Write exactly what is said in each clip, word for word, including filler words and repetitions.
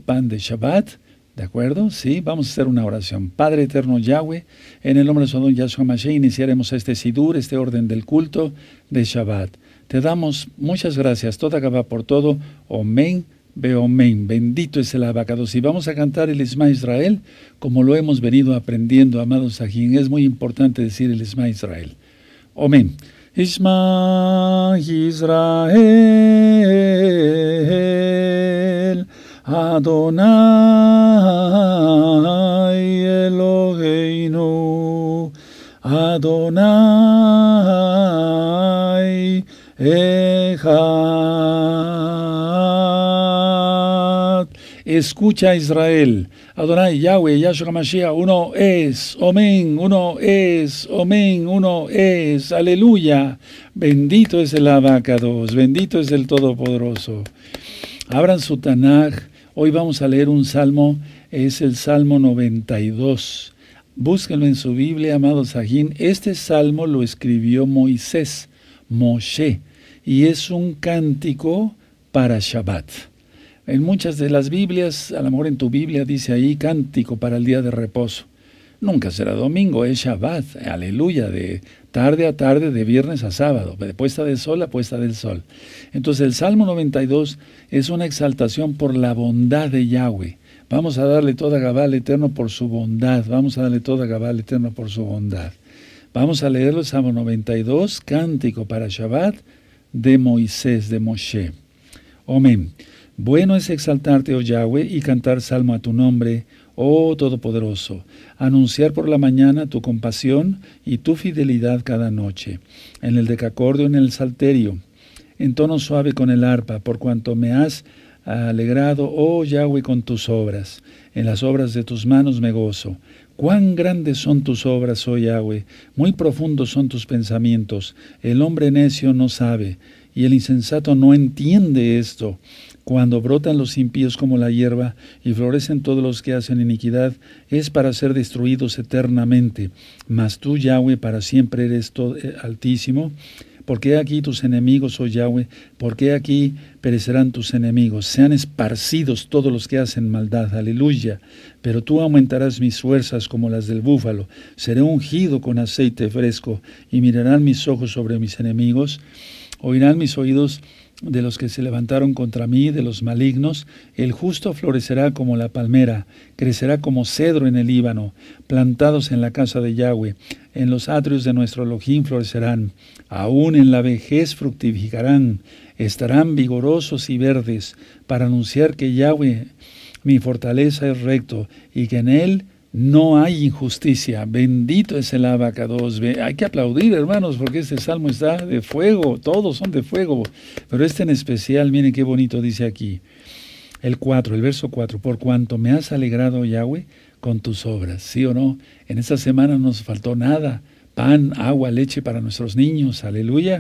pan de Shabbat. ¿De acuerdo? Sí, vamos a hacer una oración. Padre eterno Yahweh, en el nombre de su don Yahshua Mashiach, iniciaremos este Sidur, este orden del culto de Shabbat. Te damos muchas gracias, toda Gabá por todo. Omen, Beomen. Bendito es el abacados. Y vamos a cantar el Isma Israel, como lo hemos venido aprendiendo, amados Sajín. Es muy importante decir el Isma Israel. Omen. Isma Israel, Adonai Eloheinu, Adonai Echad. Escucha Israel, Adonai Yahweh, Yahshua Mashiach, uno es, Omen, uno es, Omen, uno es, aleluya. Bendito es el Abacados, bendito es el Todopoderoso. Abran su Tanaj. Hoy vamos a leer un salmo, es el Salmo noventa y dos. Búsquenlo en su Biblia, amados Sajín. Este salmo lo escribió Moisés, Moshe, y es un cántico para Shabbat. En muchas de las Biblias, a lo mejor en tu Biblia dice ahí cántico para el día de reposo. Nunca será domingo, es Shabbat, aleluya, de tarde a tarde, de viernes a sábado, de puesta del sol a puesta del sol. Entonces el Salmo noventa y dos es una exaltación por la bondad de Yahweh. Vamos a darle toda Gabá al Eterno por su bondad, vamos a darle toda Gabá al Eterno por su bondad. Vamos a leer el Salmo noventa y dos, cántico para Shabbat, de Moisés, de Moshe. Amén. Bueno es exaltarte, oh Yahweh, y cantar salmo a tu nombre, oh Todopoderoso, anunciar por la mañana tu compasión y tu fidelidad cada noche, en el decacordio, en el salterio, en tono suave con el arpa, por cuanto me has alegrado, oh Yahweh, con tus obras. En las obras de tus manos me gozo. Cuán grandes son tus obras, oh Yahweh, muy profundos son tus pensamientos. El hombre necio no sabe, y el insensato no entiende esto. Cuando brotan los impíos como la hierba y florecen todos los que hacen iniquidad, es para ser destruidos eternamente. Mas tú, Yahweh, para siempre eres todo, eh, altísimo. ¿Por qué aquí tus enemigos, oh Yahweh? ¿Por qué aquí perecerán tus enemigos? Sean esparcidos todos los que hacen maldad. Aleluya. Pero tú aumentarás mis fuerzas como las del búfalo. Seré ungido con aceite fresco y mirarán mis ojos sobre mis enemigos. Oirán mis oídos de los que se levantaron contra mí, de los malignos. El justo florecerá como la palmera, crecerá como cedro en el Líbano, plantados en la casa de Yahweh. En los atrios de nuestro Elohim florecerán, aún en la vejez fructificarán, estarán vigorosos y verdes, para anunciar que Yahweh, mi fortaleza, es recto, y que en él no hay injusticia. Bendito es el Abacados. Hay que aplaudir, hermanos, porque este salmo está de fuego. Todos son de fuego. Pero este en especial, miren qué bonito dice aquí. El cuatro, el verso cuatro. Por cuanto me has alegrado, Yahweh, con tus obras. ¿Sí o no? En esta semana no nos faltó nada. Pan, agua, leche para nuestros niños. Aleluya.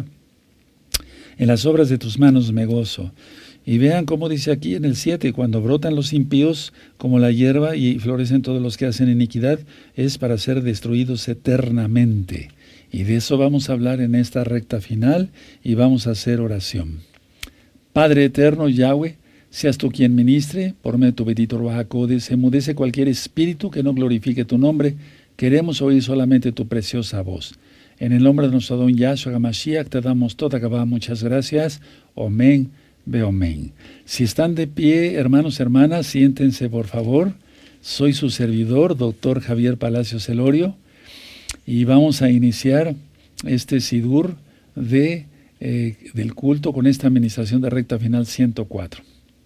En las obras de tus manos me gozo. Y vean cómo dice aquí en el siete, cuando brotan los impíos como la hierba y florecen todos los que hacen iniquidad, es para ser destruidos eternamente. Y de eso vamos a hablar en esta recta final y vamos a hacer oración. Padre eterno, Yahweh, seas tú quien ministre, por medio de tu bendito Ruach HaKodesh, emudece cualquier espíritu que no glorifique tu nombre. Queremos oír solamente tu preciosa voz. En el nombre de nuestro don Yahshua HaMashiach te damos toda Gabá. Muchas gracias. Amén. Beomen. Si están de pie, hermanos, hermanas, siéntense por favor. Soy su servidor, doctor Javier Palacios Elorio, y vamos a iniciar este Sidur de, eh, del culto con esta administración de recta final ciento cuatro.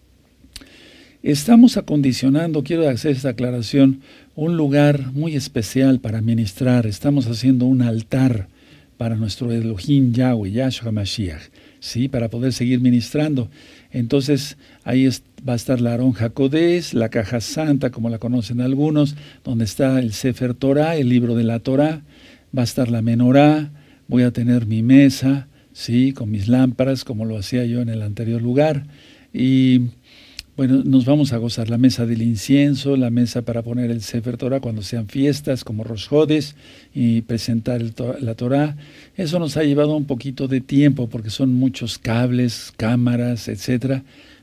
Estamos acondicionando, quiero hacer esta aclaración, un lugar muy especial para ministrar. Estamos haciendo un altar para nuestro Elohim Yahweh, Yahshua Mashiach, ¿sí? Para poder seguir ministrando. Entonces, ahí es, va a estar la Aron HaKodesh, la caja santa, como la conocen algunos, donde está el Sefer Torah, el libro de la Torah, va a estar la menorá, voy a tener mi mesa, ¿sí? Con mis lámparas, como lo hacía yo en el anterior lugar, y bueno, nos vamos a gozar la mesa del incienso, la mesa para poner el Sefer Torah cuando sean fiestas como Rosh Hodesh y presentar el, la Torah. Eso nos ha llevado un poquito de tiempo porque son muchos cables, cámaras, etcétera.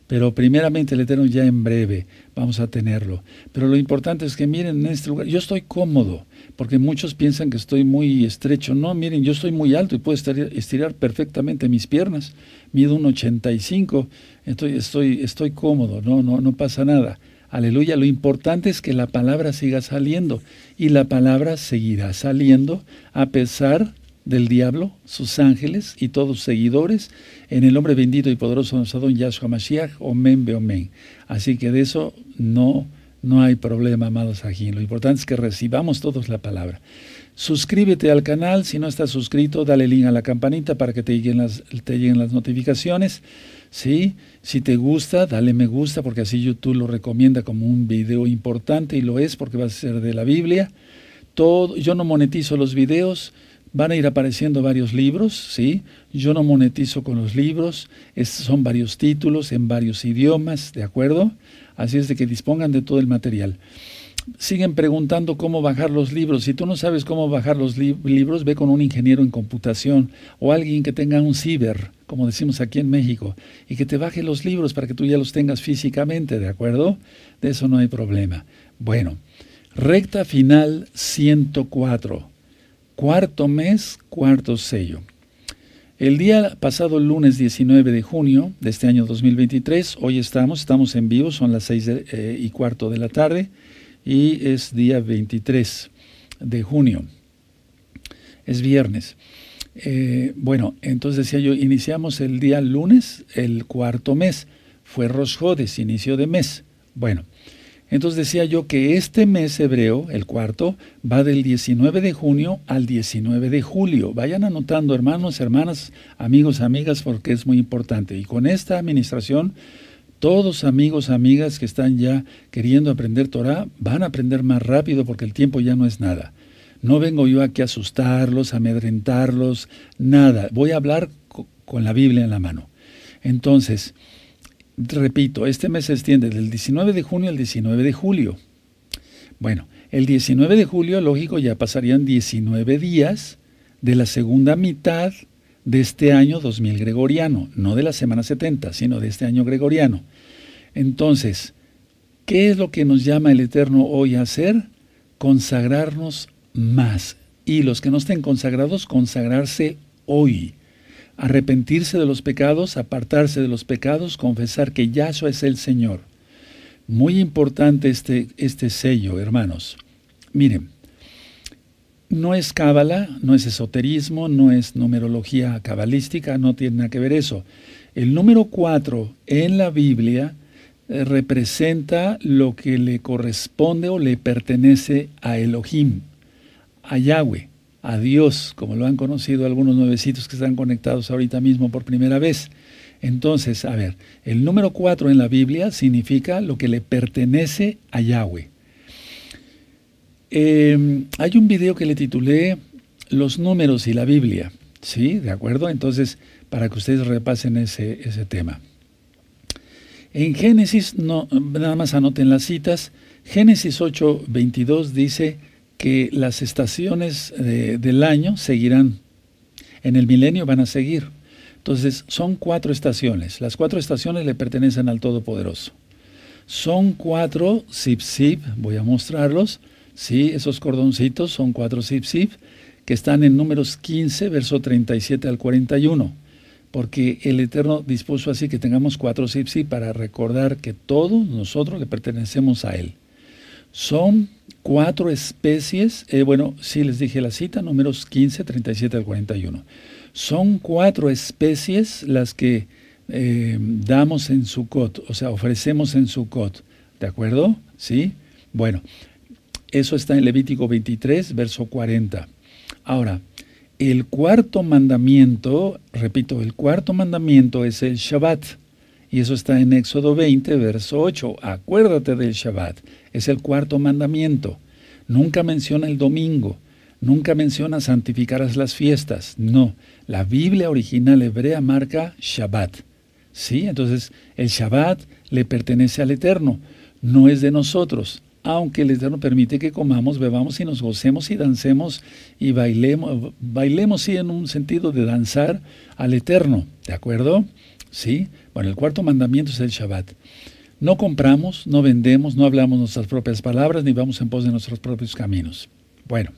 Pero primeramente el Eterno ya en breve vamos a tenerlo. Pero lo importante es que miren en este lugar, yo estoy cómodo, porque muchos piensan que estoy muy estrecho. No, miren, yo estoy muy alto y puedo estirar, estirar perfectamente mis piernas. Mido un ochenta y cinco, estoy, estoy, estoy cómodo, no, no, no pasa nada. Aleluya, lo importante es que la palabra siga saliendo y la palabra seguirá saliendo a pesar del diablo, sus ángeles y todos sus seguidores, en el nombre bendito y poderoso de nuestro don Yahshua Mashiach, Omen be Omen. Así que de eso no, no hay problema, amados aquí. Lo importante es que recibamos todos la palabra. Suscríbete al canal, si no estás suscrito, dale link a la campanita para que te lleguen las, te lleguen las notificaciones. ¿Sí? Si te gusta, dale me gusta, porque así YouTube lo recomienda como un video importante, y lo es porque va a ser de la Biblia. Todo, yo no monetizo los videos. Van a ir apareciendo varios libros, ¿sí? Yo no monetizo con los libros, es, son varios títulos en varios idiomas, ¿de acuerdo? Así es de que dispongan de todo el material. Siguen preguntando cómo bajar los libros. Si tú no sabes cómo bajar los li libros, ve con un ingeniero en computación o alguien que tenga un ciber, como decimos aquí en México, y que te baje los libros para que tú ya los tengas físicamente, ¿de acuerdo? De eso no hay problema. Bueno, recta final ciento cuatro. Cuarto mes, cuarto sello. El día pasado, el lunes diecinueve de junio de este año dos mil veintitrés, hoy estamos, estamos en vivo, son las seis de, eh, y cuarto de la tarde, y es día veintitrés de junio, es viernes. Eh, bueno, entonces decía yo, iniciamos el día lunes, el cuarto mes, fue Rosh Hodesh, inicio de mes. Bueno, entonces decía yo que este mes hebreo, el cuarto, va del diecinueve de junio al diecinueve de julio. Vayan anotando, hermanos, hermanas, amigos, amigas, porque es muy importante. Y con esta administración, todos amigos, amigas que están ya queriendo aprender Torah, van a aprender más rápido porque el tiempo ya no es nada. No vengo yo aquí a asustarlos, a amedrentarlos, nada. Voy a hablar con la Biblia en la mano. Entonces, repito, este mes se extiende del diecinueve de junio al diecinueve de julio. Bueno, el diecinueve de julio, lógico, ya pasarían diecinueve días de la segunda mitad de este año dos mil gregoriano, no de la semana setenta, sino de este año gregoriano. Entonces, ¿qué es lo que nos llama el Eterno hoy a hacer? Consagrarnos más. Y los que no estén consagrados, consagrarse hoy. Arrepentirse de los pecados, apartarse de los pecados, confesar que Yahshua es el Señor. Muy importante este, este sello, hermanos. Miren, no es cábala, no es esoterismo, no es numerología cabalística, no tiene nada que ver eso. El número cuatro en la Biblia eh, representa lo que le corresponde o le pertenece a Elohim, a Yahweh, a Dios, como lo han conocido algunos nuevecitos que están conectados ahorita mismo por primera vez. Entonces, a ver, el número cuatro en la Biblia significa lo que le pertenece a Yahweh. Eh, hay un video que le titulé Los números y la Biblia, ¿sí? ¿De acuerdo? Entonces, para que ustedes repasen ese, ese tema. En Génesis, no, nada más anoten las citas, Génesis ocho veintidós dice que las estaciones de, del año seguirán, en el milenio van a seguir. Entonces, son cuatro estaciones. Las cuatro estaciones le pertenecen al Todopoderoso. Son cuatro zip-zip, voy a mostrarlos. Sí, esos cordoncitos son cuatro zip-zip que están en Números quince, verso treinta y siete al cuarenta y uno. Porque el Eterno dispuso así que tengamos cuatro zip-zip para recordar que todos nosotros le pertenecemos a Él. Son cuatro especies, eh, bueno, sí les dije la cita, Números quince, treinta y siete al cuarenta y uno. Son cuatro especies las que eh, damos en Sukkot, o sea, ofrecemos en Sukkot, ¿de acuerdo? ¿Sí? Bueno, eso está en Levítico veintitrés, verso cuarenta. Ahora, el cuarto mandamiento, repito, el cuarto mandamiento es el Shabbat. Y eso está en Éxodo veinte, verso ocho. Acuérdate del Shabbat. Es el cuarto mandamiento. Nunca menciona el domingo. Nunca menciona santificarás las fiestas. No. La Biblia original hebrea marca Shabbat. ¿Sí? Entonces, el Shabbat le pertenece al Eterno. No es de nosotros. Aunque el Eterno permite que comamos, bebamos y nos gocemos y dancemos y bailemos. Bailemos, sí, en un sentido de danzar al Eterno. ¿De acuerdo? ¿sí? Bueno, el cuarto mandamiento es el Shabbat. No compramos, no vendemos, no hablamos nuestras propias palabras, ni vamos en pos de nuestros propios caminos. Bueno,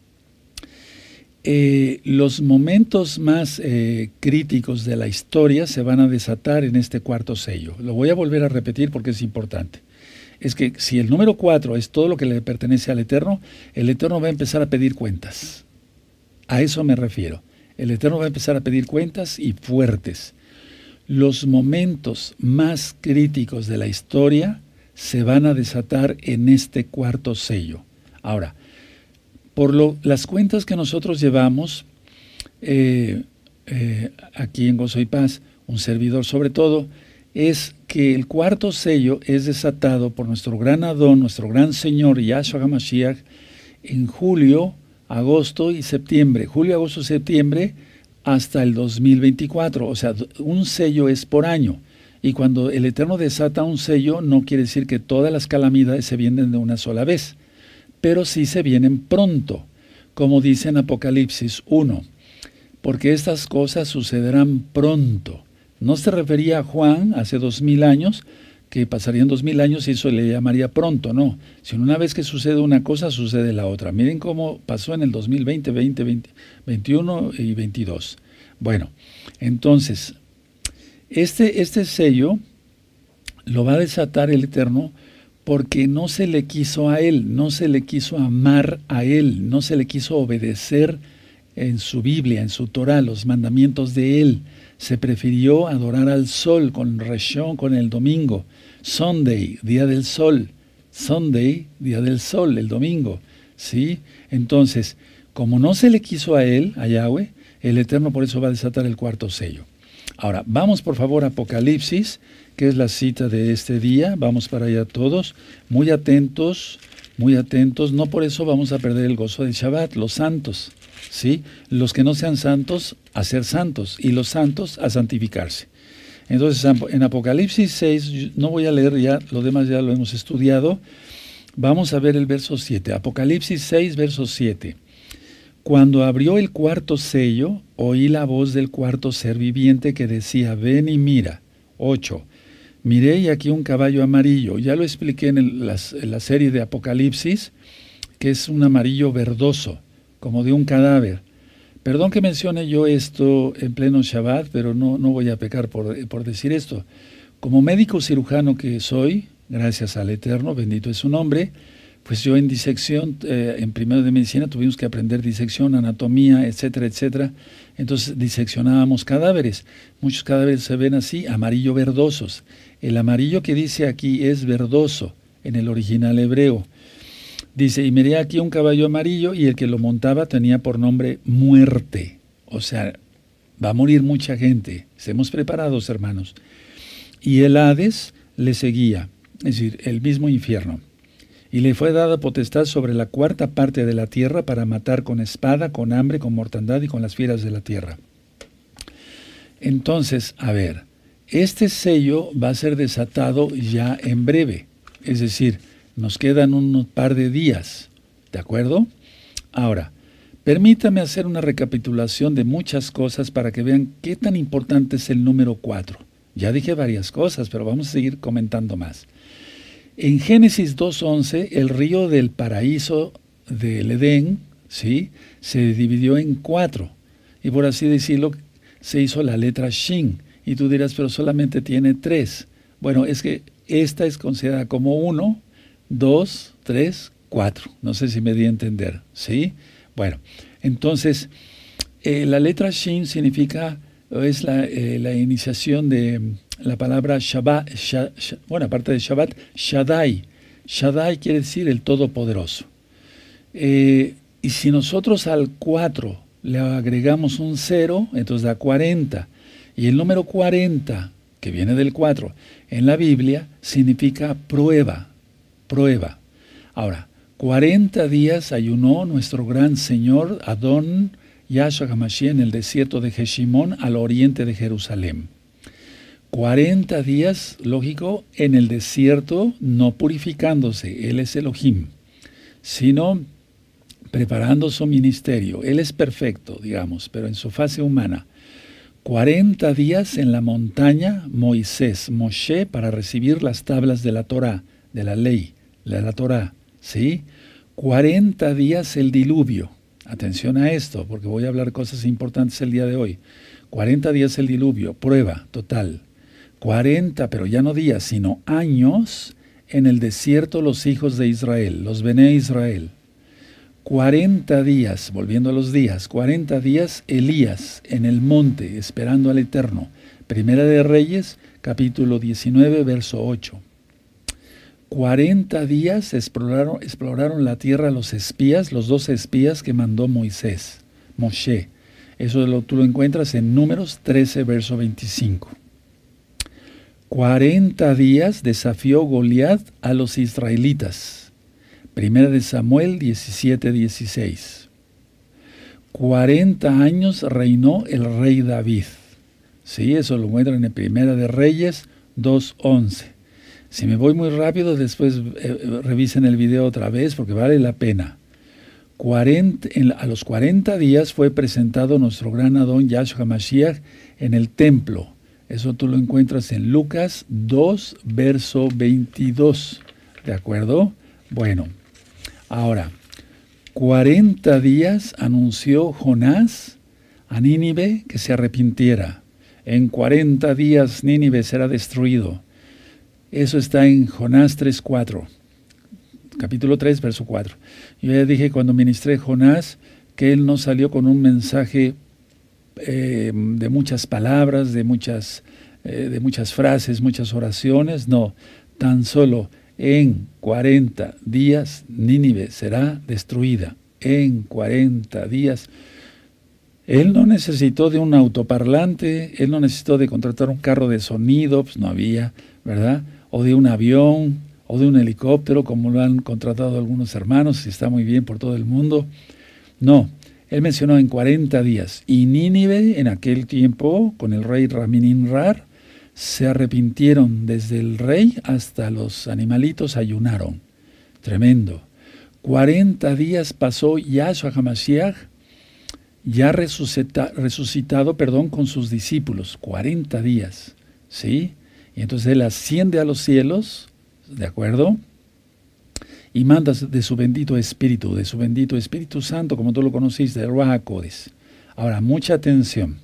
eh, los momentos más eh, críticos de la historia se van a desatar en este cuarto sello. Lo voy a volver a repetir porque es importante. Es que si el número cuatro es todo lo que le pertenece al Eterno, el Eterno va a empezar a pedir cuentas. A eso me refiero. El Eterno va a empezar a pedir cuentas y fuertes. Los momentos más críticos de la historia se van a desatar en este cuarto sello. Ahora, por lo, las cuentas que nosotros llevamos, eh, eh, aquí en Gozo y Paz, un servidor sobre todo, es que el cuarto sello es desatado por nuestro gran Adón, nuestro gran Señor Yahshua HaMashiach, en julio, agosto y septiembre. Julio, agosto y septiembre hasta el dos mil veinticuatro. O sea, un sello es por año. Y cuando el Eterno desata un sello, no quiere decir que todas las calamidades se vienen de una sola vez, pero sí se vienen pronto, como dice en Apocalipsis uno, porque estas cosas sucederán pronto. No se refería a Juan hace dos mil años, que pasarían dos mil años y eso le llamaría pronto, no. Sino una vez que sucede una cosa, sucede la otra. Miren cómo pasó en el dos mil veinte, veinte, veinte, veintiuno y veintidós. Bueno, entonces, este, este sello lo va a desatar el Eterno porque no se le quiso a Él, no se le quiso amar a Él, no se le quiso obedecer en su Biblia, en su Torah, los mandamientos de Él. Se prefirió adorar al sol con Reshon, con el domingo. Sunday, día del sol. Sunday, día del sol, el domingo. ¿Sí? Entonces, como no se le quiso a Él, a Yahweh, el Eterno por eso va a desatar el cuarto sello. Ahora, vamos por favor a Apocalipsis, que es la cita de este día. Vamos para allá todos, muy atentos, muy atentos. No por eso vamos a perder el gozo del Shabbat, los santos. ¿Sí? Los que no sean santos, a ser santos, y los santos, a santificarse. Entonces, en Apocalipsis seis, no voy a leer ya, lo demás ya lo hemos estudiado, vamos a ver el verso siete. Apocalipsis seis, verso siete. Cuando abrió el cuarto sello, oí la voz del cuarto ser viviente que decía, ven y mira. ocho. Miré y aquí un caballo amarillo. Ya lo expliqué en, el, las, en la serie de Apocalipsis, que es un amarillo verdoso, como de un cadáver. Perdón que mencione yo esto en pleno Shabbat, pero no, no voy a pecar por, por decir esto. Como médico cirujano que soy, gracias al Eterno, bendito es su nombre, pues yo en disección, eh, en primero de medicina tuvimos que aprender disección, anatomía, etcétera, etcétera. Entonces diseccionábamos cadáveres. Muchos cadáveres se ven así, amarillo verdosos. El amarillo que dice aquí es verdoso en el original hebreo. Dice, y miré aquí un caballo amarillo y el que lo montaba tenía por nombre muerte. O sea, va a morir mucha gente. Estemos preparados, hermanos. Y el Hades le seguía, es decir, el mismo infierno. Y le fue dada potestad sobre la cuarta parte de la tierra para matar con espada, con hambre, con mortandad y con las fieras de la tierra. Entonces, a ver, este sello va a ser desatado ya en breve. Es decir, nos quedan un par de días, ¿de acuerdo? Ahora, permítame hacer una recapitulación de muchas cosas para que vean qué tan importante es el número cuatro. Ya dije varias cosas, pero vamos a seguir comentando más. En Génesis dos once, el río del paraíso del Edén, ¿sí?, se dividió en cuatro, y por así decirlo, se hizo la letra Shin. Y tú dirás, pero solamente tiene tres. Bueno, es que esta es considerada como uno, dos, tres, cuatro. No sé si me di a entender, ¿sí? Bueno, entonces, eh, la letra Shin significa, es la, eh, la iniciación de la palabra Shabbat, Shab, Shab, bueno, aparte de Shabbat, Shaddai. Shaddai quiere decir el Todopoderoso. Eh, y si nosotros al cuatro le agregamos un cero, entonces da cuarenta. Y el número cuarenta, que viene del cuatro, en la Biblia, significa prueba. Prueba. Ahora, cuarenta días ayunó nuestro gran Señor Adón Yahshua HaMashiach en el desierto de Jeshimón al oriente de Jerusalén. cuarenta días, lógico, en el desierto, no purificándose, Él es Elohim, sino preparando su ministerio. Él es perfecto, digamos, pero en su fase humana. cuarenta días en la montaña Moisés, Moshe, para recibir las tablas de la Torá, de la ley, de la Torá, ¿sí? cuarenta días el diluvio. Atención a esto, porque voy a hablar cosas importantes el día de hoy. cuarenta días el diluvio, prueba total. cuarenta, pero ya no días, sino años, en el desierto los hijos de Israel, los Bené Israel. cuarenta días, volviendo a los días, cuarenta días Elías en el monte, esperando al Eterno. Primera de Reyes, capítulo diecinueve, verso ocho. cuarenta días exploraron, exploraron la tierra los espías, los doce espías que mandó Moisés, Moshe. Eso lo, tú lo encuentras en Números trece, verso veinticinco. cuarenta días desafió Goliat a los israelitas. Primera de Samuel diecisiete, dieciséis. cuarenta años reinó el rey David. Sí, eso lo encuentran en Primera de Reyes dos, once. Si me voy muy rápido, después eh, revisen el video otra vez porque vale la pena. cuarenta, en, a los cuarenta días fue presentado nuestro gran Adón Yahshua Mashiach en el templo. Eso tú lo encuentras en Lucas dos, verso veintidós. ¿De acuerdo? Bueno, ahora, cuarenta días anunció Jonás a Nínive que se arrepintiera. En cuarenta días Nínive será destruido. Eso está en Jonás tres, cuatro. Capítulo tres, verso cuatro. Yo ya dije cuando ministré Jonás que él no salió con un mensaje eh, de muchas palabras, de muchas, eh, de muchas frases, muchas oraciones. No, tan solo en cuarenta días Nínive será destruida. En cuarenta días. Él no necesitó de un autoparlante, él no necesitó de contratar un carro de sonido, pues no había, ¿verdad? O de un avión, o de un helicóptero, como lo han contratado algunos hermanos, y está muy bien por todo el mundo. No, él mencionó en cuarenta días. Y Nínive, en aquel tiempo, con el rey Ramininrar, se arrepintieron desde el rey hasta los animalitos ayunaron. Tremendo. cuarenta días pasó Yahshua HaMashiach, ya resucita, resucitado, perdón, con sus discípulos. cuarenta días, ¿sí? Y entonces él asciende a los cielos, ¿de acuerdo? Y manda de su bendito Espíritu, de su bendito Espíritu Santo, como tú lo conociste, de Ruach HaKodesh. Ahora, mucha atención.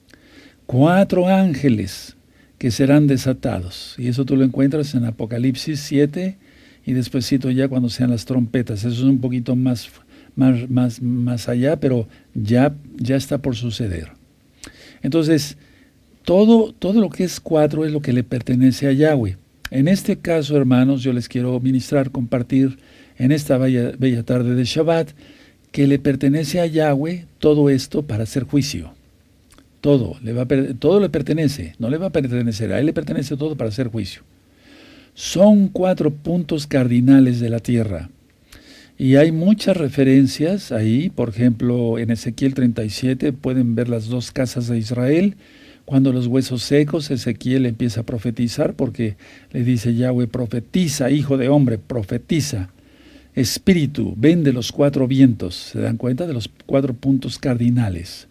Cuatro ángeles que serán desatados. Y eso tú lo encuentras en Apocalipsis siete y despuesito ya cuando sean las trompetas. Eso es un poquito más, más, más, más allá, pero ya, ya está por suceder. Entonces, todo, todo lo que es cuatro es lo que le pertenece a Yahweh. En este caso, hermanos, yo les quiero ministrar, compartir en esta bella, bella tarde de Shabbat, que le pertenece a Yahweh todo esto para hacer juicio. Todo le, va a, todo le pertenece, no le va a pertenecer, a él le pertenece todo para hacer juicio. Son cuatro puntos cardinales de la tierra. Y hay muchas referencias ahí, por ejemplo, en Ezequiel treinta y siete pueden ver las dos casas de Israel. Cuando los huesos secos, Ezequiel empieza a profetizar porque le dice Yahweh, profetiza, hijo de hombre, profetiza. Espíritu, ven de los cuatro vientos. ¿Se dan cuenta de los cuatro puntos cardinales?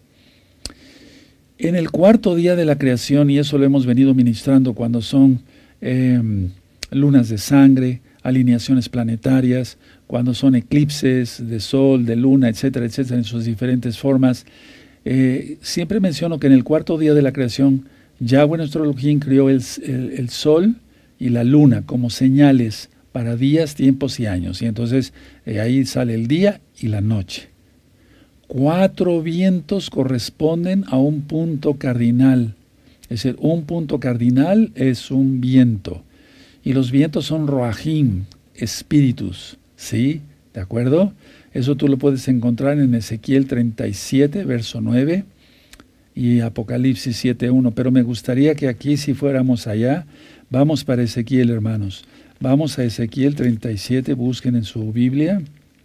En el cuarto día de la creación, y eso lo hemos venido ministrando cuando son eh, lunas de sangre, alineaciones planetarias, cuando son eclipses de sol, de luna, etcétera, etcétera, en sus diferentes formas. Eh, siempre menciono que en el cuarto día de la creación, Yahweh nuestro Elohim creó el, el, el sol y la luna como señales para días, tiempos y años. Y entonces eh, ahí sale el día y la noche. Cuatro vientos corresponden a un punto cardinal. Es decir, un punto cardinal es un viento. Y los vientos son roajim, espíritus. ¿Sí? ¿De acuerdo? Eso tú lo puedes encontrar en Ezequiel treinta y siete, verso nueve, y Apocalipsis siete, uno. Pero me gustaría que aquí, si fuéramos allá, vamos para Ezequiel, hermanos. Vamos a Ezequiel treinta y siete, busquen en su Biblia.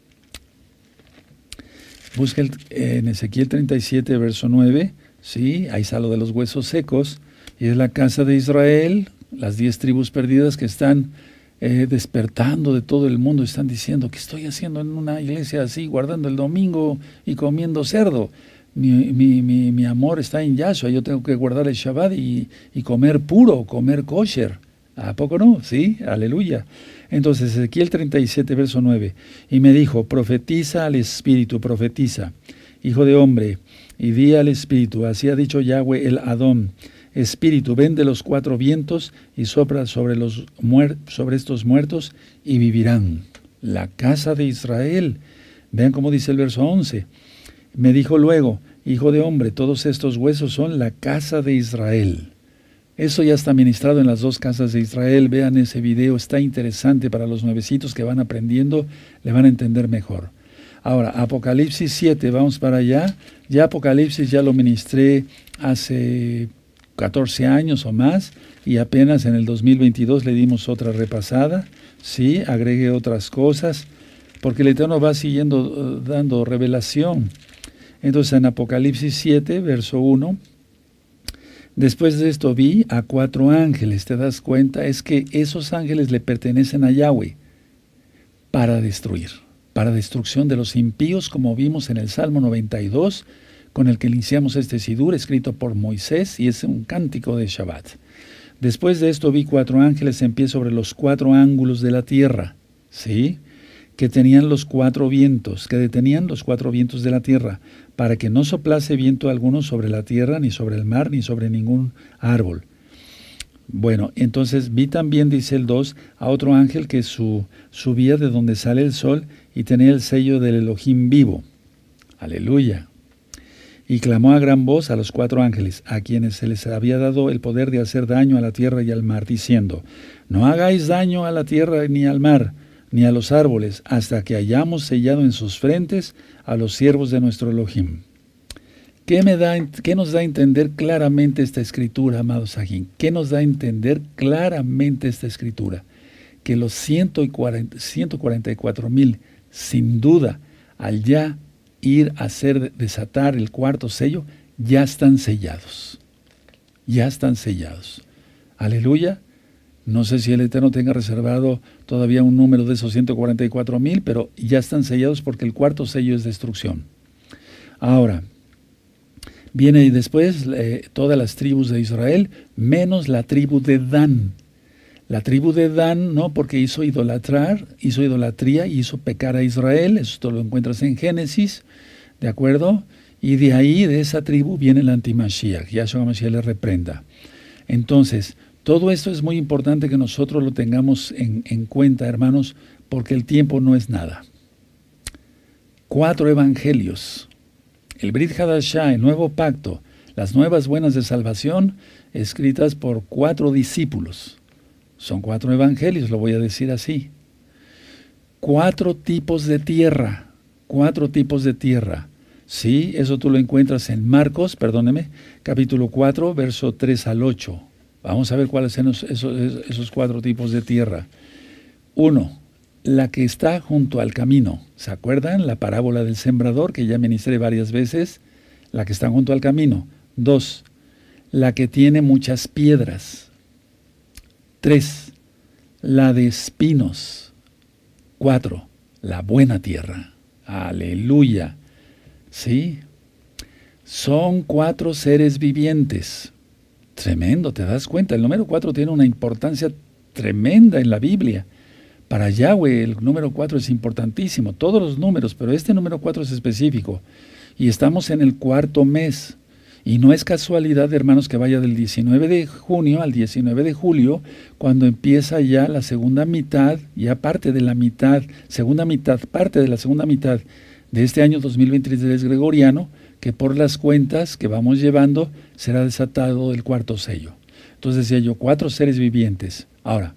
Busquen en Ezequiel treinta y siete, verso nueve, ¿sí? Ahí está lo de los huesos secos, y es la casa de Israel, las diez tribus perdidas que están eh, despertando de todo el mundo, están diciendo, ¿qué estoy haciendo en una iglesia así, guardando el domingo y comiendo cerdo? Mi, mi, mi, mi amor está en Yahshua, yo tengo que guardar el Shabbat y, y comer puro, comer kosher. ¿A poco no? Sí, aleluya. Entonces, Ezequiel treinta y siete, verso nueve. Y me dijo, profetiza al Espíritu, profetiza, hijo de hombre, y di al Espíritu, así ha dicho Yahweh el Adón, Espíritu, ven de los cuatro vientos y sopla sobre, los muer sobre estos muertos y vivirán. La casa de Israel. Vean cómo dice el verso once. Me dijo luego, hijo de hombre, todos estos huesos son la casa de Israel. Eso ya está ministrado en las dos casas de Israel. Vean ese video, está interesante para los nuevecitos que van aprendiendo, le van a entender mejor. Ahora, Apocalipsis siete, vamos para allá. Ya Apocalipsis ya lo ministré hace catorce años o más y apenas en el dos mil veintidós le dimos otra repasada. Sí, agregué otras cosas porque el Eterno va siguiendo uh, dando revelación. Entonces en Apocalipsis siete, verso uno, después de esto vi a cuatro ángeles. ¿Te das cuenta? Es que esos ángeles le pertenecen a Yahweh para destruir, para destrucción de los impíos, como vimos en el Salmo noventa y dos, con el que iniciamos este Sidur, escrito por Moisés, y es un cántico de Shabbat. Después de esto vi cuatro ángeles en pie sobre los cuatro ángulos de la tierra, ¿sí?, que tenían los cuatro vientos, que detenían los cuatro vientos de la tierra, para que no soplase viento alguno sobre la tierra, ni sobre el mar, ni sobre ningún árbol. Bueno, entonces vi también, dice el dos, a otro ángel que su, subía de donde sale el sol y tenía el sello del Elohim vivo. Aleluya. Y clamó a gran voz a los cuatro ángeles, a quienes se les había dado el poder de hacer daño a la tierra y al mar, diciendo, no hagáis daño a la tierra ni al mar, ni a los árboles, hasta que hayamos sellado en sus frentes a los siervos de nuestro Elohim. ¿Qué, me da, ¿Qué nos da a entender claramente esta escritura, amados Sajín? ¿Qué nos da a entender claramente esta escritura? Que los ciento cuarenta y cuatro mil, sin duda, al ya ir a hacer desatar el cuarto sello, ya están sellados. Ya están sellados. Aleluya. No sé si el Eterno tenga reservado todavía un número de esos ciento cuarenta y cuatro mil, pero ya están sellados porque el cuarto sello es destrucción. Ahora, viene después eh, todas las tribus de Israel, menos la tribu de Dan. La tribu de Dan, no, porque hizo idolatrar, hizo idolatría y hizo pecar a Israel. Esto lo encuentras en Génesis, ¿de acuerdo? Y de ahí, de esa tribu, viene el anti-Mashiach. Yahshua Mashiach le reprenda. Entonces, todo esto es muy importante que nosotros lo tengamos en, en cuenta, hermanos, porque el tiempo no es nada. Cuatro evangelios, el Brit Hadashah, el Nuevo Pacto, las nuevas buenas de salvación, escritas por cuatro discípulos. Son cuatro evangelios, lo voy a decir así. Cuatro tipos de tierra, cuatro tipos de tierra. Sí, eso tú lo encuentras en Marcos, perdóneme, capítulo cuatro, verso tres al ocho. Vamos a ver cuáles son esos, esos, esos cuatro tipos de tierra. Uno, la que está junto al camino. ¿Se acuerdan? La parábola del sembrador, que ya ministré varias veces. La que está junto al camino. Dos, la que tiene muchas piedras. Tres, la de espinos. Cuatro, la buena tierra. Aleluya. ¿Sí? Son cuatro seres vivientes. Tremendo, ¿te das cuenta? El número cuatro tiene una importancia tremenda en la Biblia. Para Yahweh el número cuatro es importantísimo, todos los números, pero este número cuatro es específico. Y estamos en el cuarto mes. Y no es casualidad, hermanos, que vaya del diecinueve de junio al diecinueve de julio, cuando empieza ya la segunda mitad, ya parte de la mitad, segunda mitad, parte de la segunda mitad de este año dos mil veintitrés gregoriano, que por las cuentas que vamos llevando será desatado el cuarto sello. Entonces decía yo, cuatro seres vivientes. Ahora,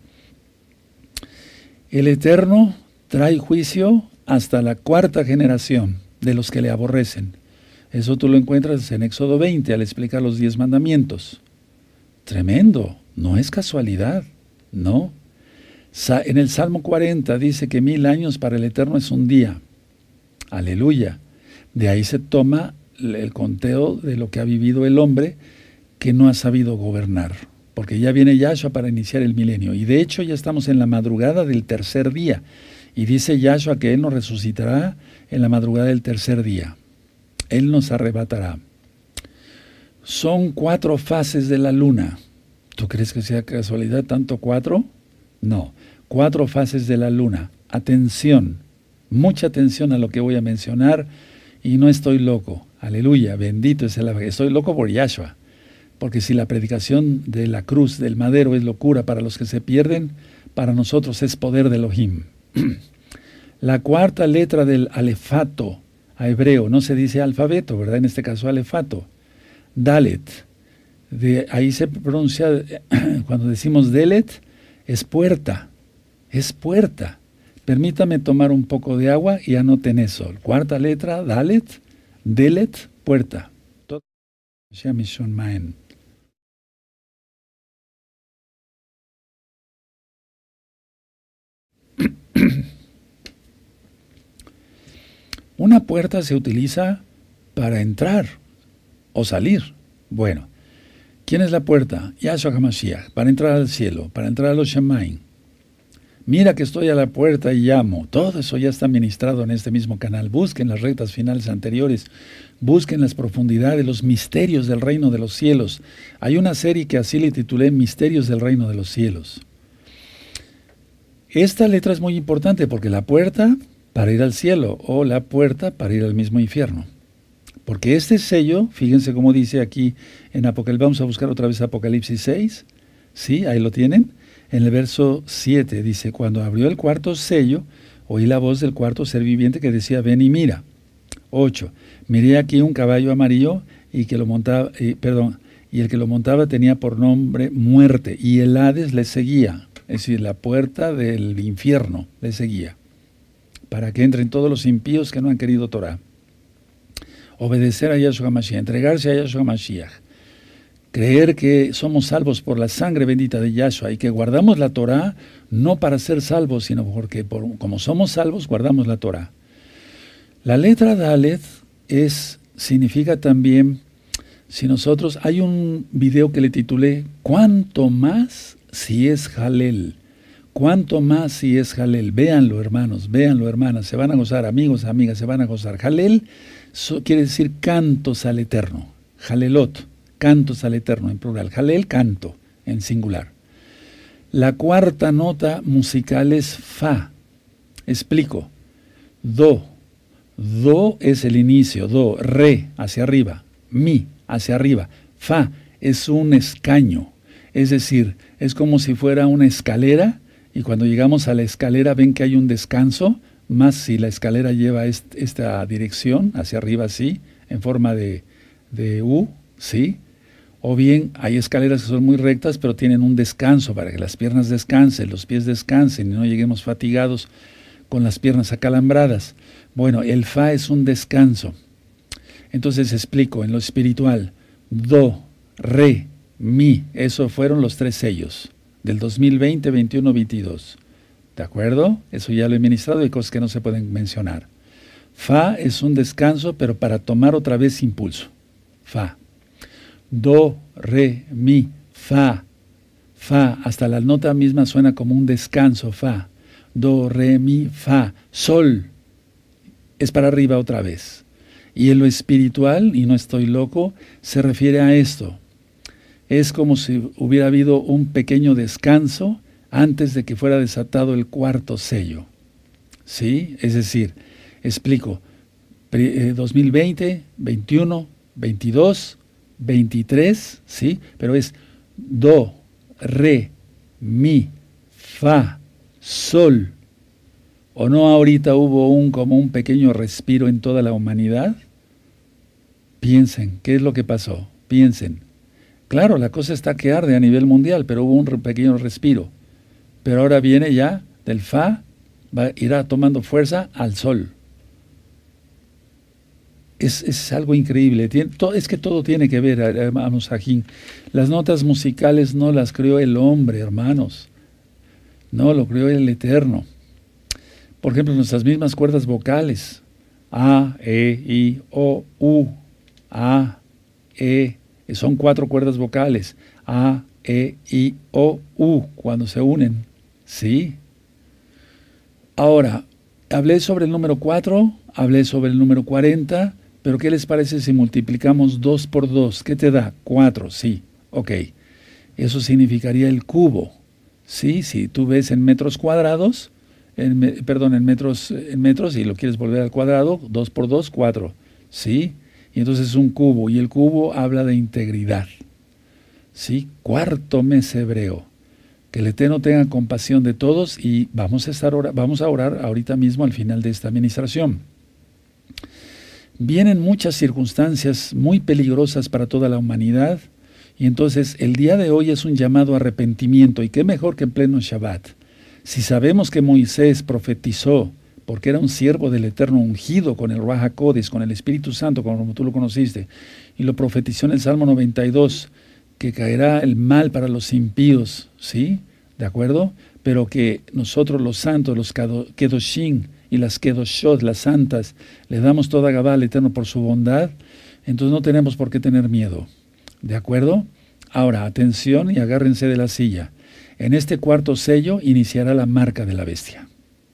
el Eterno trae juicio hasta la cuarta generación de los que le aborrecen. Eso tú lo encuentras en Éxodo veinte al explicar los diez mandamientos. Tremendo, no es casualidad, no. En el Salmo cuarenta dice que mil años para el Eterno es un día. Aleluya. De ahí se toma el conteo de lo que ha vivido el hombre que no ha sabido gobernar, porque ya viene Yahshua para iniciar el milenio, y de hecho ya estamos en la madrugada del tercer día, y dice Yahshua que Él nos resucitará en la madrugada del tercer día. Él nos arrebatará. Son cuatro fases de la luna. ¿Tú crees que sea casualidad tanto cuatro? No, cuatro fases de la luna. Atención, mucha atención a lo que voy a mencionar y no estoy loco. Aleluya, bendito es el... Estoy loco por Yahshua, porque si la predicación de la cruz, del madero, es locura para los que se pierden, para nosotros es poder de Elohim. La cuarta letra del alefato a hebreo, no se dice alfabeto, ¿verdad? En este caso alefato. Dalet. De ahí se pronuncia, cuando decimos Delet, es puerta. Es puerta. Permítame tomar un poco de agua y anoten eso. Cuarta letra, Dalet, Delet, puerta. Una puerta se utiliza para entrar o salir. Bueno, ¿quién es la puerta? Yahshua HaMashiach, para entrar al cielo, para entrar a los Shemaim. Mira que estoy a la puerta y llamo. Todo eso ya está ministrado en este mismo canal. Busquen las rectas finales anteriores. Busquen las profundidades, los misterios del reino de los cielos. Hay una serie que así le titulé Misterios del reino de los cielos. Esta letra es muy importante porque la puerta para ir al cielo o la puerta para ir al mismo infierno. Porque este sello, fíjense cómo dice aquí en Apocalipsis, vamos a buscar otra vez Apocalipsis seis, ¿sí? Ahí lo tienen. En el verso siete dice, cuando abrió el cuarto sello, oí la voz del cuarto ser viviente que decía, ven y mira. ocho. Miré aquí un caballo amarillo y que lo montaba, eh, perdón, y el que lo montaba tenía por nombre muerte, y el Hades le seguía, es decir, la puerta del infierno le seguía, para que entren todos los impíos que no han querido Torah. Obedecer a Yahshua HaMashiach, entregarse a Yahshua HaMashiach, creer que somos salvos por la sangre bendita de Yahshua y que guardamos la Torah no para ser salvos, sino porque por, como somos salvos, guardamos la Torah. La letra Dalet es, significa también, si nosotros, hay un video que le titulé, ¿cuánto más si es Jalel? ¿Cuánto más si es Jalel? Véanlo, hermanos, véanlo, hermanas, se van a gozar, amigos, amigas, se van a gozar. Jalel so, quiere decir cantos al Eterno, Jalelot. Cantos al Eterno en plural. Jalel, canto en singular. La cuarta nota musical es Fa. Explico. Do. Do es el inicio. Do. Re, hacia arriba. Mi, hacia arriba. Fa es un escaño. Es decir, es como si fuera una escalera y cuando llegamos a la escalera ven que hay un descanso, más si la escalera lleva est esta dirección, hacia arriba así, en forma de, de U, ¿sí? O bien hay escaleras que son muy rectas, pero tienen un descanso para que las piernas descansen, los pies descansen y no lleguemos fatigados con las piernas acalambradas. Bueno, el Fa es un descanso. Entonces explico, en lo espiritual, Do, Re, Mi, esos fueron los tres sellos del dos mil veinte, veintiuno, veintidós. ¿De acuerdo? Eso ya lo he ministrado, hay cosas que no se pueden mencionar. Fa es un descanso, pero para tomar otra vez impulso. Fa. Do, re, mi, fa, fa, hasta la nota misma suena como un descanso, fa, do, re, mi, fa, sol, es para arriba otra vez. Y en lo espiritual, y no estoy loco, se refiere a esto. Es como si hubiera habido un pequeño descanso antes de que fuera desatado el cuarto sello. ¿Sí? Es decir, explico, dos mil veinte, veintiuno, veintidós, veintitrés, ¿sí? Pero es do, re, mi, fa, sol. ¿O no ahorita hubo un como un pequeño respiro en toda la humanidad? Piensen, ¿qué es lo que pasó? Piensen. Claro, la cosa está que arde a nivel mundial, pero hubo un pequeño respiro. Pero ahora viene ya del fa, va, irá tomando fuerza al sol. Es, es algo increíble. Tiene, todo, es que todo tiene que ver, hermanos Ajín. Las notas musicales no las creó el hombre, hermanos. No, lo creó el Eterno. Por ejemplo, nuestras mismas cuerdas vocales. A, E, I, O, U. A, E. Son cuatro cuerdas vocales. A, E, I, O, U. Cuando se unen. ¿Sí? Ahora, hablé sobre el número cuatro, hablé sobre el número cuarenta, Pero ¿qué les parece si multiplicamos dos por dos? ¿Qué te da? cuatro, sí. Ok. Eso significaría el cubo. Sí, si tú ves en metros cuadrados, en, perdón, en metros, en metros, y lo quieres volver al cuadrado, dos por dos, cuatro. ¿Sí? Y entonces es un cubo, y el cubo habla de integridad. ¿Sí? Cuarto mes hebreo. Que el Eterno tenga compasión de todos, y vamos a, estar ora, vamos a orar ahorita mismo al final de esta administración. Vienen muchas circunstancias muy peligrosas para toda la humanidad, y entonces el día de hoy es un llamado a arrepentimiento, y qué mejor que en pleno Shabbat. Si sabemos que Moisés profetizó, porque era un siervo del Eterno ungido con el Ruach HaKodesh, con el Espíritu Santo, como tú lo conociste, y lo profetizó en el Salmo noventa y dos, que caerá el mal para los impíos, ¿sí? ¿De acuerdo? Pero que nosotros los santos, los Kedoshim y las Kedoshot, las santas, le damos toda Gabá al Eterno por su bondad, entonces no tenemos por qué tener miedo. ¿De acuerdo? Ahora, atención y agárrense de la silla. En este cuarto sello iniciará la marca de la bestia.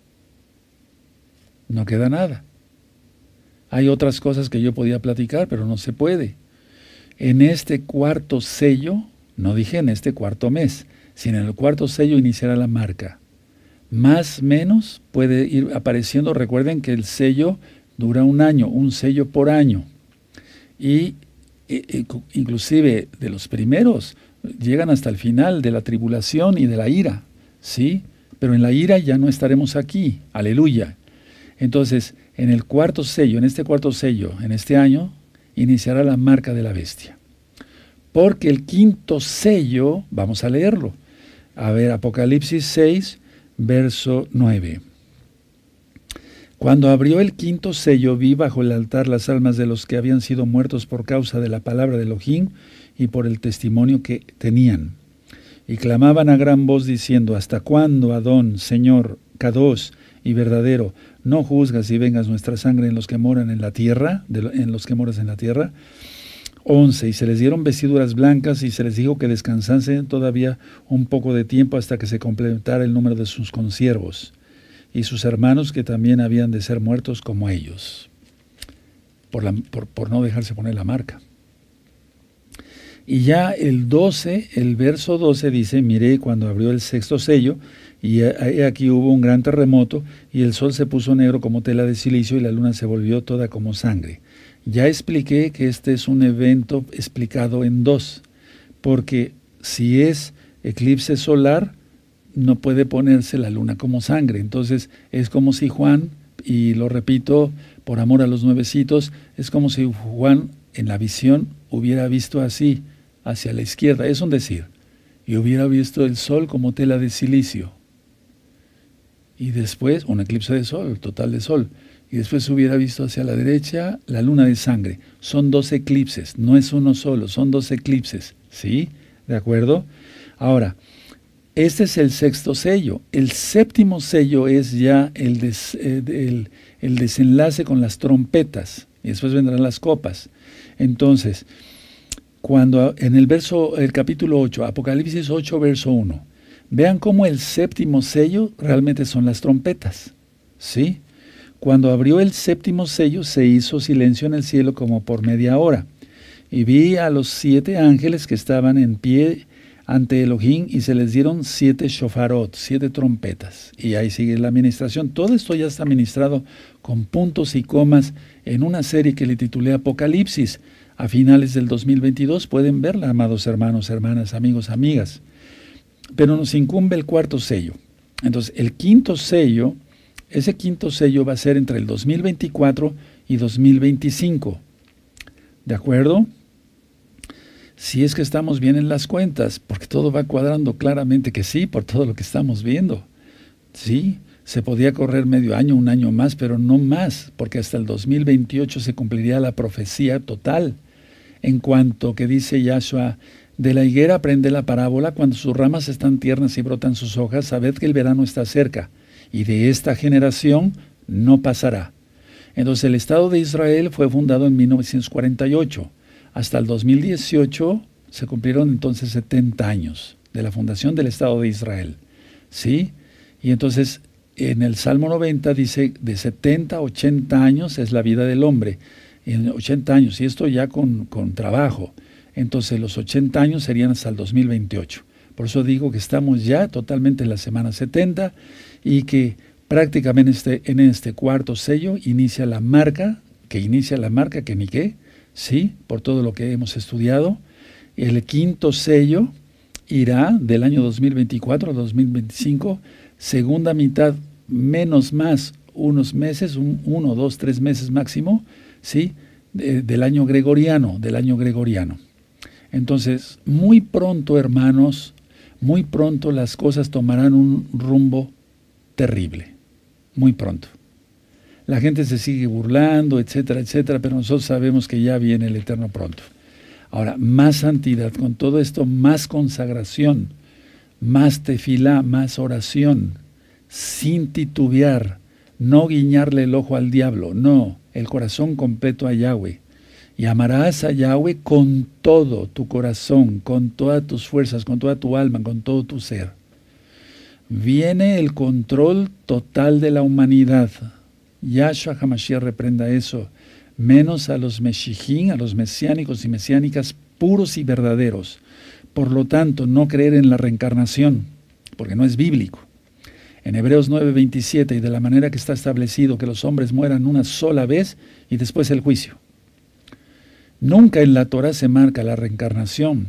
No queda nada. Hay otras cosas que yo podía platicar, pero no se puede. En este cuarto sello, no dije en este cuarto mes, sino en el cuarto sello iniciará la marca. Más menos puede ir apareciendo. Recuerden que el sello dura un año, un sello por año. Y e, inclusive de los primeros llegan hasta el final de la tribulación y de la ira, ¿sí? Pero en la ira ya no estaremos aquí, aleluya. Entonces, en el cuarto sello, en este cuarto sello, en este año, iniciará la marca de la bestia. Porque el quinto sello, vamos a leerlo. A ver, Apocalipsis seis, verso nueve. Cuando abrió el quinto sello, vi bajo el altar las almas de los que habían sido muertos por causa de la palabra de Elohim y por el testimonio que tenían. Y clamaban a gran voz diciendo: ¿Hasta cuándo, Adón, Señor, Kadosh y verdadero, no juzgas y vengas nuestra sangre en los que moran en la tierra, de, en los que moras en la tierra? once. Y se les dieron vestiduras blancas y se les dijo que descansasen todavía un poco de tiempo hasta que se completara el número de sus consiervos y sus hermanos que también habían de ser muertos como ellos, por, la, por, por no dejarse poner la marca. Y ya el doce, el verso doce dice: miré cuando abrió el sexto sello, y aquí hubo un gran terremoto, y el sol se puso negro como tela de silicio, y la luna se volvió toda como sangre. Ya expliqué que este es un evento explicado en dos, porque si es eclipse solar, no puede ponerse la luna como sangre. Entonces es como si Juan, y lo repito por amor a los nuevecitos, es como si Juan en la visión hubiera visto así, hacia la izquierda, es un decir, y hubiera visto el sol como tela de silicio. Y después, un eclipse de sol, total de sol, y después hubiera visto hacia la derecha la luna de sangre. Son dos eclipses, no es uno solo, son dos eclipses, ¿sí? ¿De acuerdo? Ahora, este es el sexto sello. El séptimo sello es ya el, des, eh, el, el desenlace con las trompetas, y después vendrán las copas. Entonces, cuando en el verso, el capítulo ocho, Apocalipsis ocho, verso uno, vean cómo el séptimo sello realmente son las trompetas, ¿sí? Cuando abrió el séptimo sello, se hizo silencio en el cielo como por media hora, y vi a los siete ángeles que estaban en pie ante Elohim, y se les dieron siete shofarot, siete trompetas. Y ahí sigue la administración. Todo esto ya está ministrado con puntos y comas en una serie que le titulé Apocalipsis. A finales del dos mil veintidós pueden verla, amados hermanos, hermanas, amigos, amigas. Pero nos incumbe el cuarto sello. Entonces, el quinto sello, ese quinto sello va a ser entre el dos mil veinticuatro y dos mil veinticinco. ¿De acuerdo? Si es que estamos bien en las cuentas, porque todo va cuadrando claramente que sí, por todo lo que estamos viendo. Sí, se podía correr medio año, un año más, pero no más, porque hasta el dos mil veintiocho se cumpliría la profecía total. En cuanto que dice Yahshua: de la higuera aprende la parábola, cuando sus ramas están tiernas y brotan sus hojas, sabed que el verano está cerca, y de esta generación no pasará. Entonces el Estado de Israel fue fundado en mil novecientos cuarenta y ocho. Hasta el dos mil dieciocho se cumplieron entonces setenta años de la fundación del Estado de Israel, ¿sí? Y entonces en el Salmo noventa dice: de setenta a ochenta años es la vida del hombre. en ochenta años, y esto ya con, con trabajo. Entonces los ochenta años serían hasta el dos mil veintiocho. Por eso digo que estamos ya totalmente en la semana setenta y que prácticamente este, en este cuarto sello inicia la marca, que inicia la marca, que ni qué, sí, por todo lo que hemos estudiado. El quinto sello irá del año dos mil veinticuatro a dos mil veinticinco, segunda mitad menos más unos meses, un, uno, dos, tres meses máximo, ¿sí? De, del año gregoriano, del año gregoriano. Entonces, muy pronto, hermanos, muy pronto las cosas tomarán un rumbo terrible, muy pronto. La gente se sigue burlando, etcétera, etcétera, pero nosotros sabemos que ya viene el Eterno pronto. Ahora, más santidad, con todo esto, más consagración, más tefilá, más oración, sin titubear, no guiñarle el ojo al diablo, no, el corazón completo a Yahweh. Y amarás a Yahweh con todo tu corazón, con todas tus fuerzas, con toda tu alma, con todo tu ser. Viene el control total de la humanidad. Yahshua HaMashiach reprenda eso. Menos a los meshijín, a los mesiánicos y mesiánicas puros y verdaderos. Por lo tanto, no creer en la reencarnación, porque no es bíblico. En Hebreos nueve veintisiete, y de la manera que está establecido que los hombres mueran una sola vez y después el juicio. Nunca en la Torah se marca la reencarnación.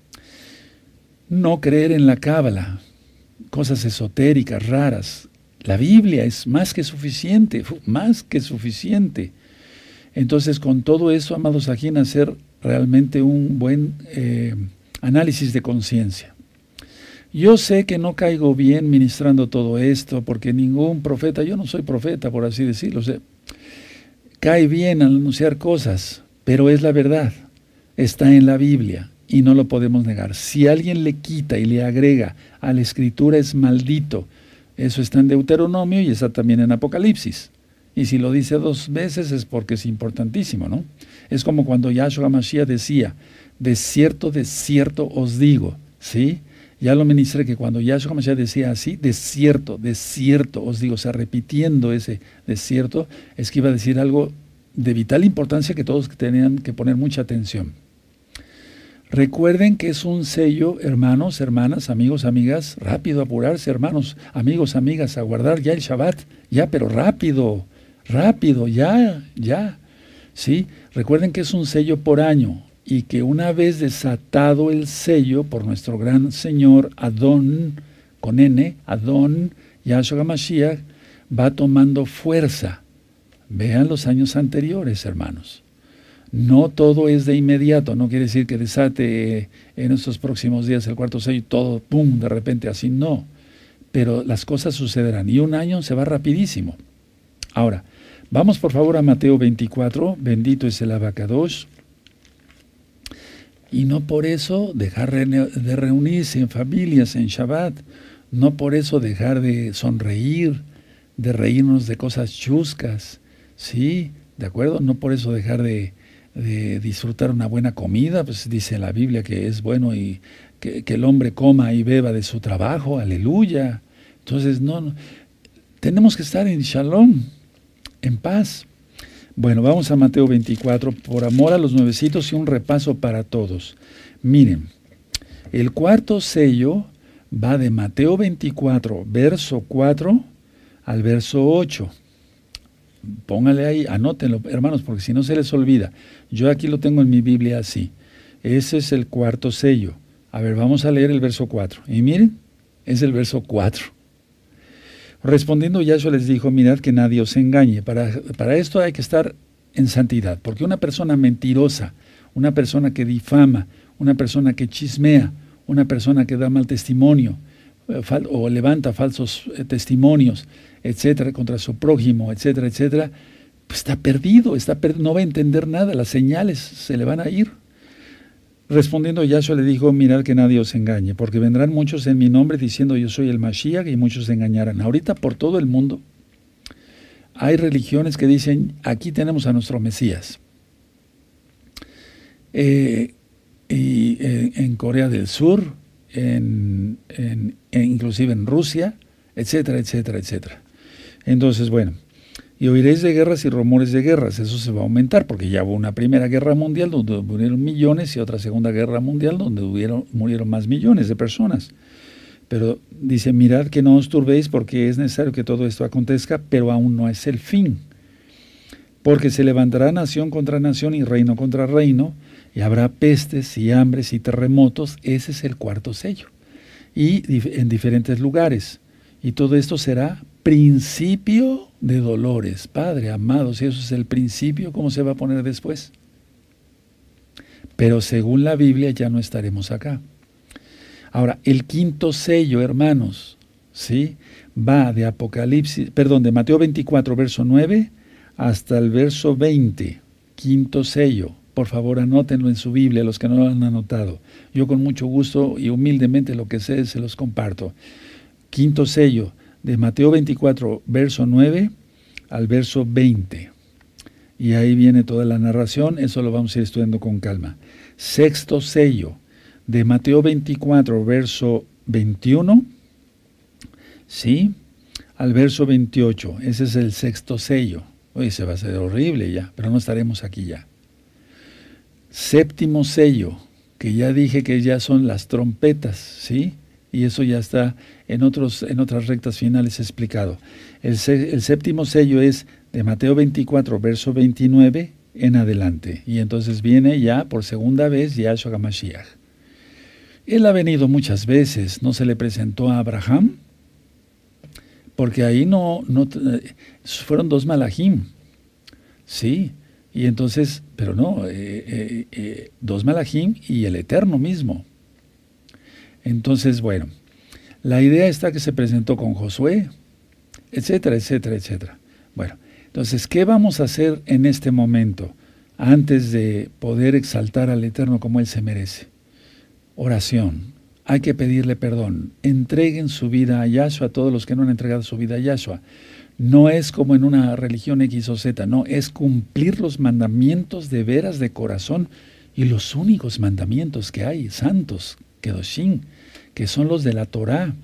No creer en la cábala, cosas esotéricas, raras. La Biblia es más que suficiente, más que suficiente. Entonces, con todo eso, amados, aquí hacer realmente un buen eh, análisis de conciencia. Yo sé que no caigo bien ministrando todo esto, porque ningún profeta, yo no soy profeta, por así decirlo, o sea, cae bien al anunciar cosas, pero es la verdad, está en la Biblia y no lo podemos negar. Si alguien le quita y le agrega a la Escritura es maldito, eso está en Deuteronomio y está también en Apocalipsis. Y si lo dice dos veces es porque es importantísimo, ¿no? Es como cuando Yahshua HaMashiach decía, de cierto, de cierto os digo, ¿sí? Ya lo ministré que cuando Yahshua HaMashiach decía así, de cierto, de cierto os digo, o sea, repitiendo ese de cierto, es que iba a decir algo de vital importancia que todos tenían que poner mucha atención. Recuerden que es un sello, hermanos, hermanas, amigos, amigas, rápido apurarse, hermanos, amigos, amigas, a guardar ya el Shabbat, ya, pero rápido, rápido, ya, ya, ¿sí? Recuerden que es un sello por año y que una vez desatado el sello por nuestro gran Señor Adón, con N, Adón, Yahshua HaMashiach, va tomando fuerza. Vean los años anteriores, hermanos. No todo es de inmediato, no quiere decir que desate en estos próximos días el cuarto sello y todo, pum, de repente así, no. Pero las cosas sucederán y un año se va rapidísimo. Ahora, vamos por favor a Mateo veinticuatro, bendito es el Abacadosh. Y no por eso dejar de reunirse en familias, en Shabbat, no por eso dejar de sonreír, de reírnos de cosas chuscas, ¿sí? ¿De acuerdo? No por eso dejar de, de disfrutar una buena comida, pues dice la Biblia que es bueno y que, que el hombre coma y beba de su trabajo, aleluya. Entonces, no, no, tenemos que estar en shalom, en paz. Bueno, vamos a Mateo veinticuatro, por amor a los nuevecitos y un repaso para todos. Miren, el cuarto sello va de Mateo veinticuatro, verso cuatro al verso ocho. Póngale ahí, anótenlo, hermanos, porque si no se les olvida. Yo aquí lo tengo en mi Biblia así. Ese es el cuarto sello. A ver, vamos a leer el verso cuatro. Y miren, es el verso cuatro. Respondiendo Yahshua les dijo, mirad que nadie os engañe. Para, para esto hay que estar en santidad, porque una persona mentirosa, una persona que difama, una persona que chismea, una persona que da mal testimonio, fal, o levanta falsos eh, testimonios, etcétera, contra su prójimo, etcétera, etcétera, pues está perdido, está per no va a entender nada, las señales se le van a ir. Respondiendo Yahshua le dijo, mirad que nadie os engañe, porque vendrán muchos en mi nombre diciendo yo soy el Mashiach y muchos se engañarán. Ahorita por todo el mundo hay religiones que dicen, aquí tenemos a nuestro Mesías. Eh, y eh, en Corea del Sur, en, en, en, inclusive en Rusia, etcétera, etcétera, etcétera. Entonces, bueno, Y oiréis de guerras y rumores de guerras. Eso se va a aumentar porque ya hubo una primera guerra mundial donde murieron millones y otra segunda guerra mundial donde hubieron, murieron más millones de personas. Pero dice, mirad que no os turbéis porque es necesario que todo esto acontezca, pero aún no es el fin. Porque se levantará nación contra nación y reino contra reino, y habrá pestes y hambres y terremotos. Ese es el cuarto sello. Y en diferentes lugares. Y todo esto será principio de dolores. Padre, amados, si eso es el principio, ¿cómo se va a poner después? Pero según la Biblia ya no estaremos acá. Ahora, el quinto sello, hermanos, ¿sí? Va de Apocalipsis, perdón, de Mateo veinticuatro, verso nueve, hasta el verso veinte. Quinto sello. Por favor, anótenlo en su Biblia, los que no lo han anotado. Yo con mucho gusto y humildemente lo que sé se los comparto. Quinto sello, de Mateo veinticuatro, verso nueve al verso veinte. Y ahí viene toda la narración, eso lo vamos a ir estudiando con calma. Sexto sello, de Mateo veinticuatro, verso veintiuno, ¿sí? Al verso veintiocho, ese es el sexto sello. Oye, se va a hacer horrible ya, pero no estaremos aquí ya. Séptimo sello, que ya dije que ya son las trompetas, ¿sí? Y eso ya está en, otros, en otras rectas finales explicado. El, el séptimo sello es de Mateo veinticuatro, verso veintinueve en adelante. Y entonces viene ya por segunda vez Yahshua HaMashiach. Él ha venido muchas veces, no se le presentó a Abraham, porque ahí no, no fueron dos malajim, sí, y entonces, pero no, eh, eh, eh, dos malajim y el Eterno mismo. Entonces, bueno, la idea está que se presentó con Josué, etcétera, etcétera, etcétera. Bueno, entonces, ¿qué vamos a hacer en este momento antes de poder exaltar al Eterno como Él se merece? Oración. Hay que pedirle perdón. Entreguen su vida a Yahshua, a todos los que no han entregado su vida a Yahshua. No es como en una religión X o Z, no, es cumplir los mandamientos de veras de corazón y los únicos mandamientos que hay, santos, Kedoshim, que son los de la Torá,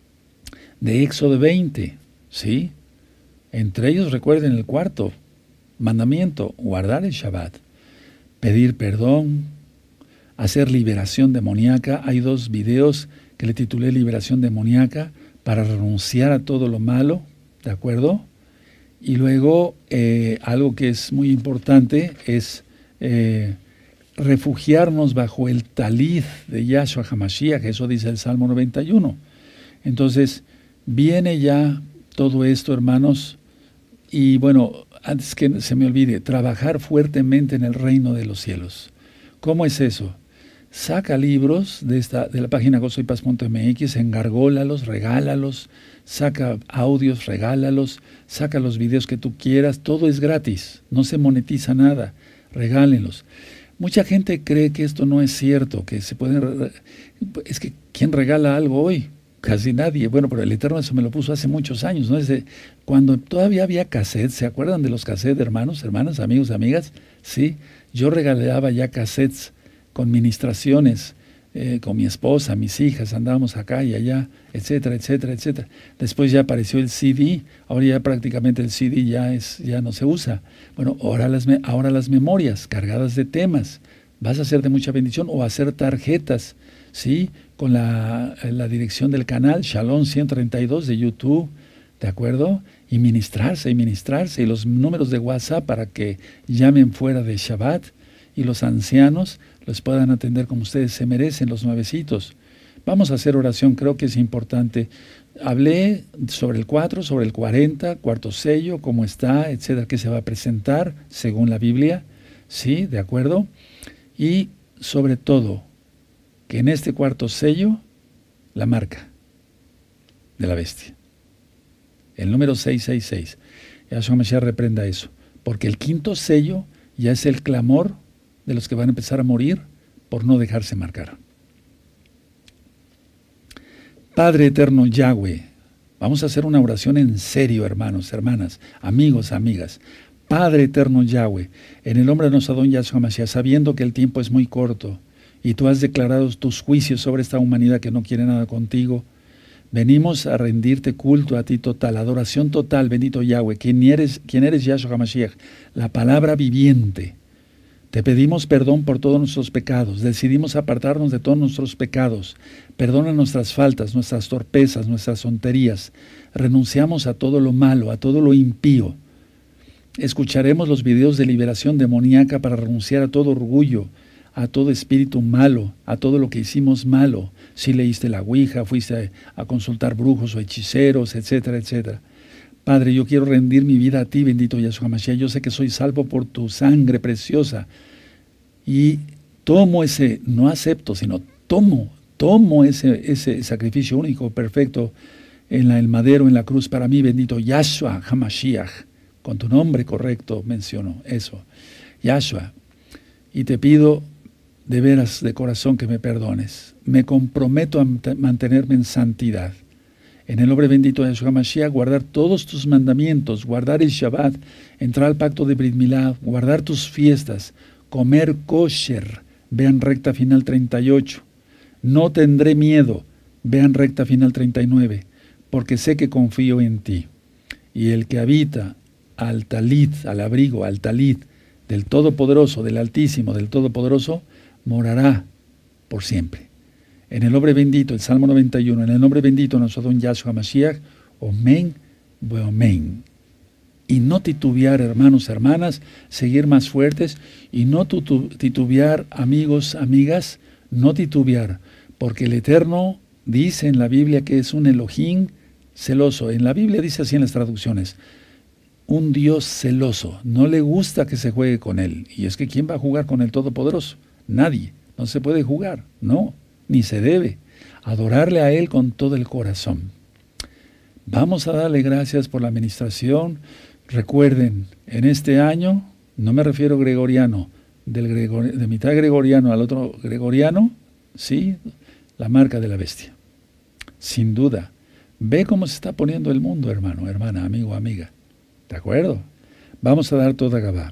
de Éxodo veinte, ¿sí? Entre ellos recuerden el cuarto mandamiento, guardar el Shabbat, pedir perdón, hacer liberación demoníaca. Hay dos videos que le titulé Liberación demoníaca para renunciar a todo lo malo, ¿de acuerdo? Y luego eh, algo que es muy importante es eh, refugiarnos bajo el talid de Yahshua HaMashiach, eso dice el Salmo noventa y uno. Entonces, viene ya todo esto, hermanos, y bueno, antes que se me olvide, trabajar fuertemente en el reino de los cielos. ¿Cómo es eso? Saca libros de, esta, de la página gozo y paz punto m x, engargólalos, regálalos, saca audios, regálalos, saca los videos que tú quieras, todo es gratis, no se monetiza nada, regálenlos. Mucha gente cree que esto no es cierto, que se puede... Es que, ¿quién regala algo hoy? Casi nadie. Bueno, pero el Eterno eso me lo puso hace muchos años, ¿no? Desde cuando todavía había cassettes, ¿se acuerdan de los cassettes, hermanos, hermanas, amigos, amigas? Sí, yo regalaba ya cassettes con ministraciones, eh, con mi esposa, mis hijas, andábamos acá y allá, etcétera, etcétera, etcétera. Después ya apareció el C D, ahora ya prácticamente el C D ya, es, ya no se usa. Bueno, ahora las, ahora las memorias cargadas de temas, vas a ser de mucha bendición, o hacer tarjetas, ¿sí? Con la, la dirección del canal Shalom ciento treinta y dos de YouTube, ¿de acuerdo? Y ministrarse, y ministrarse, y los números de WhatsApp para que llamen fuera de Shabbat, y los ancianos los puedan atender como ustedes se merecen, los nuevecitos. Vamos a hacer oración, creo que es importante. Hablé sobre el cuatro, sobre el cuarenta, cuarto sello, cómo está, etcétera, qué se va a presentar según la Biblia, ¿sí? ¿De acuerdo? Y sobre todo, que en este cuarto sello, la marca de la bestia. El número seiscientos sesenta y seis. Yahshua Mashiach reprenda eso. Porque el quinto sello ya es el clamor de los que van a empezar a morir por no dejarse marcar. Padre eterno Yahweh, vamos a hacer una oración en serio, hermanos, hermanas, amigos, amigas. Padre eterno Yahweh, en el nombre de nuestro Adón Yahshua Mashiach, sabiendo que el tiempo es muy corto y tú has declarado tus juicios sobre esta humanidad que no quiere nada contigo, Venimos a rendirte culto a ti total, adoración total, bendito Yahweh, quien eres, quien eres Yahshua HaMashiach, la palabra viviente. Te pedimos perdón por todos nuestros pecados, decidimos apartarnos de todos nuestros pecados, perdona nuestras faltas, nuestras torpezas, nuestras tonterías, renunciamos a todo lo malo, a todo lo impío. Escucharemos los videos de liberación demoníaca para renunciar a todo orgullo, a todo espíritu malo, a todo lo que hicimos malo. Si leíste la Ouija, fuiste a, a consultar brujos o hechiceros, etcétera, etcétera. Padre, yo quiero rendir mi vida a ti, bendito Yahshua HaMashiach. Yo sé que soy salvo por tu sangre preciosa. Y tomo ese, no acepto, sino tomo, tomo ese, ese sacrificio único, perfecto, en la, el madero, en la cruz, para mí, bendito Yahshua HaMashiach. Con tu nombre correcto menciono eso. Yahshua. Y te pido de veras, de corazón, que me perdones. Me comprometo a mantenerme en santidad. En el nombre bendito de Yahshua HaMashiach, guardar todos tus mandamientos, guardar el Shabbat, entrar al pacto de Brit Milá, guardar tus fiestas, comer kosher. Vean recta final treinta y ocho. No tendré miedo. Vean recta final treinta y nueve. Porque sé que confío en ti. Y el que habita al talit, al abrigo, al talit, del Todopoderoso, del Altísimo, del Todopoderoso, morará por siempre. En el nombre bendito, el Salmo noventa y uno, en el nombre bendito de nuestro don Yahshua HaMashiach, Omen, Omen. Y no titubear, hermanos, hermanas, seguir más fuertes, y no titubear, amigos, amigas, no titubear, porque el Eterno dice en la Biblia que es un Elohim celoso. En la Biblia dice así en las traducciones, un Dios celoso, no le gusta que se juegue con Él. Y es que ¿quién va a jugar con el Todopoderoso? Nadie, no se puede jugar, no, ni se debe. Adorarle a Él con todo el corazón. Vamos a darle gracias por la administración. Recuerden, en este año, no me refiero gregoriano, del gregor, de mitad gregoriano al otro gregoriano, sí, la marca de la bestia. Sin duda. Ve cómo se está poniendo el mundo, hermano, hermana, amigo, amiga. ¿De acuerdo? Vamos a dar toda Gabá.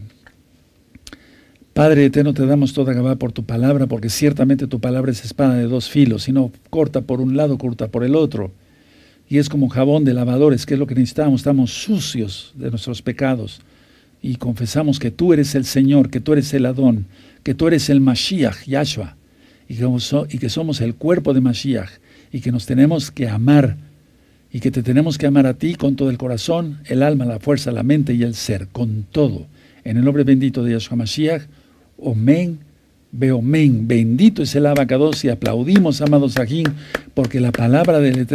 Padre eterno, te damos toda Gabá por tu palabra, porque ciertamente tu palabra es espada de dos filos, y no corta por un lado, corta por el otro. Y es como jabón de lavadores, que es lo que necesitamos. Estamos sucios de nuestros pecados. Y confesamos que tú eres el Señor, que tú eres el Adón, que tú eres el Mashiach, Yahshua, y que, so, y que somos el cuerpo de Mashiach, y que nos tenemos que amar, y que te tenemos que amar a ti con todo el corazón, el alma, la fuerza, la mente y el ser, con todo. En el nombre bendito de Yahshua Mashiach, Omen, Beomen, bendito es el Abacados, y aplaudimos, amados Sajín, porque la palabra del Eterno